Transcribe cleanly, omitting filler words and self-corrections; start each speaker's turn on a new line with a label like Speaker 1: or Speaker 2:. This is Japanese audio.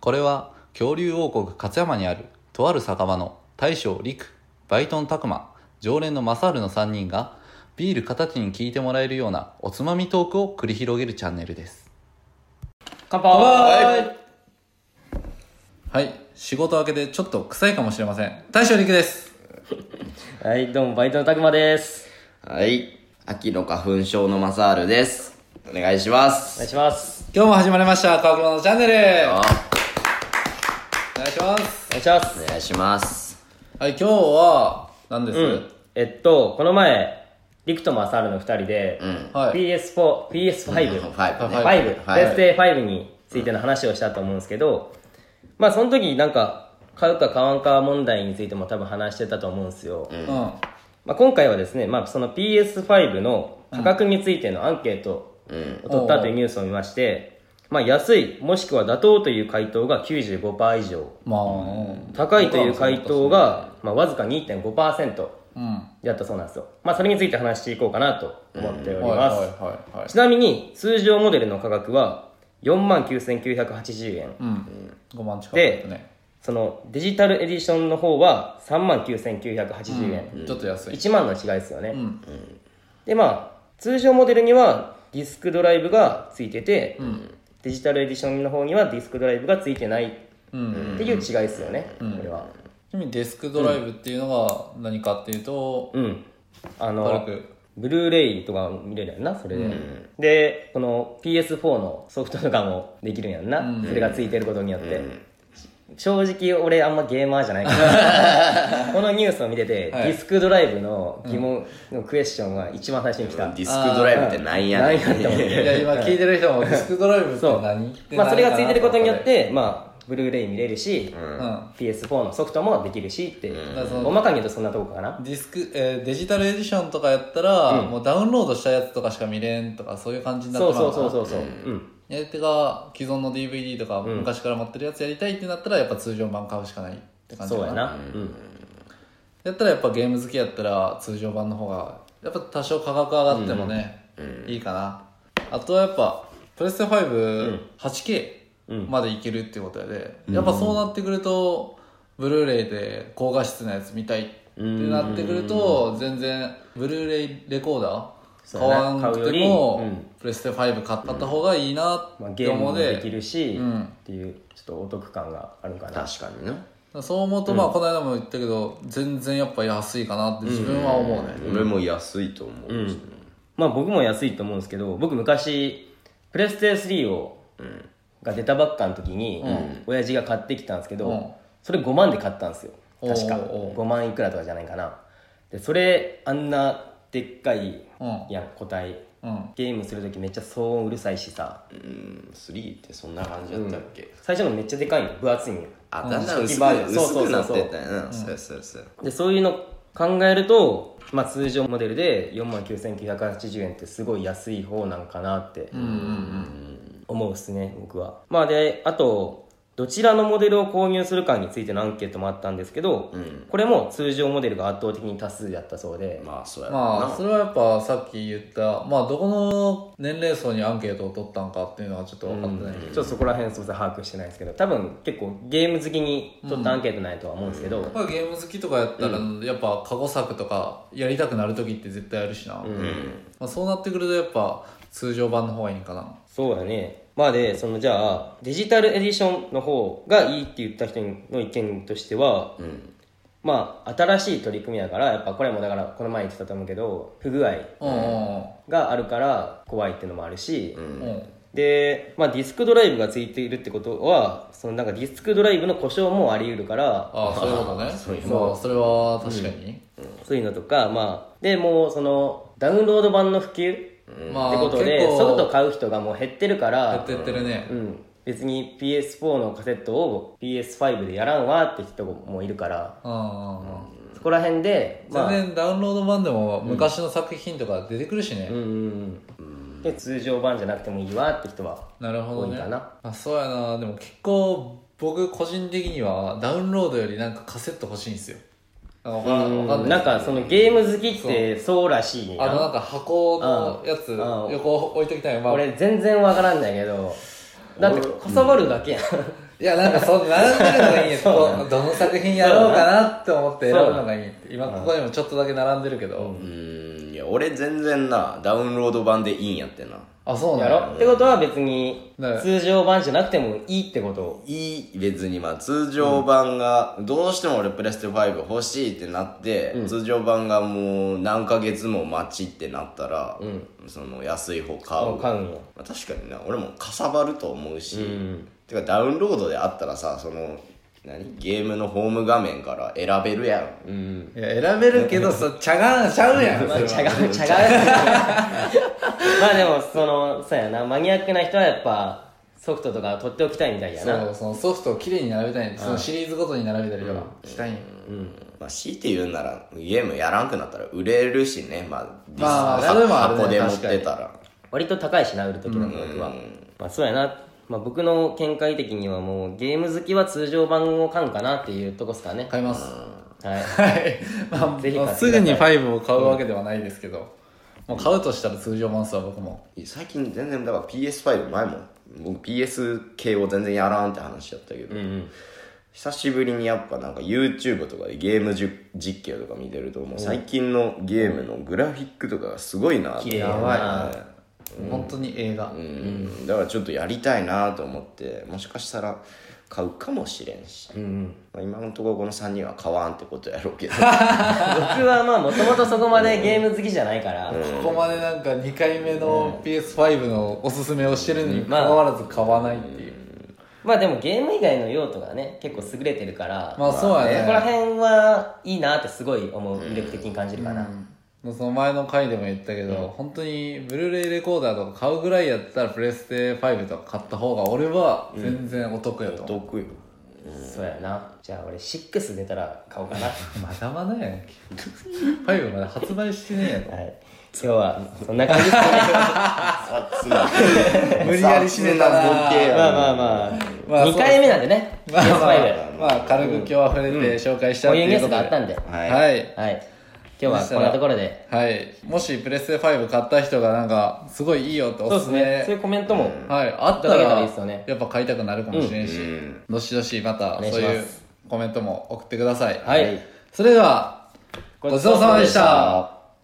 Speaker 1: これは恐竜王国勝山にあるとある酒場の大将陸、バイトン拓磨、常連のマサールの3人がビール片手に聞いてもらえるようなおつまみトークを繰り広げるチャンネルです。
Speaker 2: 乾杯。
Speaker 1: はい、仕事明けでちょっと臭いかもしれません。大将陸です。
Speaker 2: はい、どうもバイトのたくまです。
Speaker 3: はい、秋の花粉症のマサールです。お願いしま
Speaker 2: お
Speaker 3: す。
Speaker 2: 願いします。
Speaker 1: 今日も始まりました乾き物チャンネル。
Speaker 3: あ
Speaker 1: お願いします。
Speaker 2: お願いします
Speaker 3: お。願いします。
Speaker 1: はい、今日は何です、
Speaker 2: この前リクとマサールの2人で、
Speaker 1: はい、
Speaker 2: PS4、PS5、
Speaker 3: 5、
Speaker 2: プレステ5についての話をしたと思うんですけど、まあその時なんか買うか買わんか問題についても多分話してたと思うんですよ。まあ、今回はですね、まあ、その PS5 の価格についてのアンケートを取ったというニュースを見まして、まあ、安いもしくは妥当という回答が 95% 以上、高いという回答が、まあ、わずか 2.5% だったそうなんですよ。まあ、それについて話していこうかなと思っております。ちなみに通常モデルの価格は 49,980 円、
Speaker 1: 5万近くですね。
Speaker 2: そのデジタルエディションの方は 39,980 円、
Speaker 1: ちょっと安い。
Speaker 2: 1万の違いですよね。でまあ通常モデルにはディスクドライブがついてて、デジタルエディションの方にはディスクドライブがついてないっていう違いですよね、これは。
Speaker 1: ちなみにディスクドライブっていうのが何かっていうと、軽く
Speaker 2: ブルーレイとか見れるやんな、それで、でこの PS4 のソフトとかもできるんやんな、それがついてることによって、正直俺あんまゲーマーじゃないからこのニュースを見てて、ディスクドライブの疑問のクエスチョンが一番最初に来た。
Speaker 3: ディスクドライブって何やねん。
Speaker 2: 何やって思って
Speaker 1: いや今聞いてる人もディスクドライブって何
Speaker 2: まあそれがついてることによってまあブルーレイ見れるし、
Speaker 1: ん
Speaker 2: PS4 のソフトもできるしって、
Speaker 1: ん
Speaker 2: 大まかに言うとそんなとこかな。
Speaker 1: ディスク、デジタルエディションとかやったら、もうダウンロードしたやつとかしか見れんとかそういう感じになってまうのかな。
Speaker 2: そう、
Speaker 1: やり手が既存の DVD とか昔から持ってるやつやりたいってなったらやっぱ通常版買うしかないって感じかな。
Speaker 2: そうやな、
Speaker 1: やったらやっぱゲーム好きやったら通常版の方がやっぱ多少価格上がってもね、いいかな。あとはやっぱプレステ 5、8K までいけるっていうことやで、やっぱそうなってくるとブルーレイで高画質なやつ見たいってなってくると、全然ブルーレイレコーダー買わんくても、プレステ5買った方がいいなって
Speaker 2: ゲームも
Speaker 1: 思うで、
Speaker 2: できるし、っていうちょっとお得感があるかな。
Speaker 3: 確かにな。
Speaker 1: そう思うと、まあこの間も言ったけど全然やっぱ安いかなって自分は思うね。
Speaker 3: 俺も安いと思う。
Speaker 2: まあ僕も安いと思うんですけど、僕昔プレステ3を、が出たばっかの時に、親父が買ってきたんですけど、それ5万で買ったんですよ確か。5万いくらとかじゃないかな。でそれあんなでっかいやん個体、ゲームする時めっちゃ騒音うるさいしさ、
Speaker 3: 3ってそんな感じだったっけ。
Speaker 2: 最初のめっちゃでかいの、分厚いの。
Speaker 3: あ、だんだん薄くなってったよな。そう
Speaker 2: でそういうの考えると、まあ、通常モデルで 49,980 円ってすごい安い方なんかなって思うっすね僕は。まあであとどちらのモデルを購入するかについてのアンケートもあったんですけど、これも通常モデルが圧倒的に多数だったそうで、
Speaker 3: まあそうやろうな。
Speaker 1: まあそれはやっぱさっき言ったまあどこの年齢層にアンケートを取ったんかっていうのはちょっと分かってないけど、
Speaker 2: ちょっとそこら辺すみません把握してないですけど、多分結構ゲーム好きに取ったアンケートないとは思うんですけど、
Speaker 1: まあゲーム好きとかやったら、やっぱ過去作とかやりたくなる時って絶対あるしな、まあ、そうなってくるとやっぱ通常版の方がいいんかな。
Speaker 2: そうだね。まあでじゃあデジタルエディションの方がいいって言った人の意見としては、まあ新しい取り組みだからやっぱこれもだからこの前言ってたと思うけど不具合があるから怖いっていうのもあるし、で、まあ、ディスクドライブがついているってことはそのなんかディスクドライブの故障もあり得るから、
Speaker 1: そういうことね。まあそれは確かに、
Speaker 2: そういうのとか、まあでもうそのダウンロード版の普及
Speaker 1: まあ
Speaker 2: ってことでソフト買う人がもう減ってるから
Speaker 1: 減ってってるね、
Speaker 2: 別に PS4 のカセットを PS5 でやらんわって人もいるから、そこら辺で、
Speaker 1: 全然ダウンロード版でも昔の作品とか出てくるしね、
Speaker 2: で通常版じゃなくてもいいわって人は
Speaker 1: なるほどね。
Speaker 2: 多いかな。
Speaker 1: あ、そうやな。でも結構僕個人的にはダウンロードよりなんかカセット欲しいんですよ。わかんない。
Speaker 2: なんかそのゲーム好きってそうらしいな。
Speaker 1: なんか箱のやつ横置いときたいよ、
Speaker 2: 俺全然わからんだけどだってかさばるだけやん。
Speaker 1: いや、なんか並んでるのがいいよ。どの作品やろうかなって思って選ぶのがいい。今ここにもちょっとだけ並んでるけど。
Speaker 3: いや、俺全然な、ダウンロード版でいいんやってな。
Speaker 1: あ、そうな
Speaker 2: や
Speaker 1: の
Speaker 2: ろってことは別に通常版じゃなくてもいいってこと
Speaker 3: 別に通常版が、どうしても俺プレステ5欲しいってなって、通常版がもう何ヶ月も待ちってなったら、その安い方買う。
Speaker 2: 買うんよ。
Speaker 3: 確かにな、俺もかさばると思うし、てかダウンロードであったらさ、その、ゲームのホーム画面から選べるやろ。
Speaker 1: いや、選べるけど、ちゃうやん。
Speaker 2: まあ、まあでも、そうやな、マニアックな人はやっぱ、ソフトとか取っておきたいみたいやな。
Speaker 1: そう、そのソフトをきれいに並べたいんそのシリーズごとに並べたりとかしたいん
Speaker 3: まあ、強いて言うなら、ゲームやらんくなったら売れるしね、
Speaker 1: それもあるね
Speaker 3: 箱で持ってたら。
Speaker 2: 割と高いしな、売るときの価格は。まあそうやな。まあ僕の見解的にはもう、ゲーム好きは通常版を買うんかなっていうとこっすかね。
Speaker 1: 買います。
Speaker 2: はい。
Speaker 1: まあ、
Speaker 2: ぜひ買ってください
Speaker 1: すぐに5を買うわけではないですけど、もう買うとしたら通常版っすわ、僕も。
Speaker 3: 最近全然、だから PS5 前も、僕 PS 系を全然やらんって話やったけど、久しぶりにやっぱなんか YouTube とかでゲーム実況とか見てると、もう最近のゲームのグラフィックとかがすごいなって。
Speaker 2: 綺麗や
Speaker 1: やば
Speaker 2: ば
Speaker 1: い。本当に映画。
Speaker 3: だからちょっとやりたいなと思って、もしかしたら買うかもしれんし、まあ、今のところこの3人は買わんってことやろうけど
Speaker 2: 僕はまあもともとそこまでゲーム好きじゃないから、
Speaker 1: ここまでなんか2回目の PS5 のおすすめをしてるのに関わらず買わないっていう。
Speaker 2: まあでもゲーム以外の用途がね結構優れてるから、
Speaker 1: まあそうやね。
Speaker 2: そこら辺はいいなってすごい思う、魅力的に感じるかな。
Speaker 1: その前の回でも言ったけど、本当にブルーレイレコーダーとか買うぐらいやったらプレステ5とか買った方が俺は全然お得やと思う。
Speaker 3: お得よ。
Speaker 2: そうやな。じゃあ俺6出たら買おうかな。
Speaker 1: まだまだやんけ。5まだ発売してねえ
Speaker 2: はい。今日はそんな感じですね。
Speaker 1: 無理やり締めたな。
Speaker 3: ボケや
Speaker 2: まあまあまあ、2回目なんでね。
Speaker 1: まあ
Speaker 2: PS5。
Speaker 1: まあ軽く今日は触れて紹介した
Speaker 2: こ
Speaker 1: っていうことで。
Speaker 2: ういうニュースがあったんで。
Speaker 1: はい。
Speaker 2: はい。今日はこんなところで。
Speaker 1: はい。もしプレステ5買った人がなんかすごいいいよっておすすめ。
Speaker 2: そうですね。そういうコメントも。
Speaker 1: はい。あった
Speaker 2: いただけた
Speaker 1: ら
Speaker 2: らいいですよね
Speaker 1: やっぱ買いたくなるかもしれんし、どしどしまたそういうコメントも送ってください。
Speaker 2: はい。
Speaker 1: それではごちそうさまでした。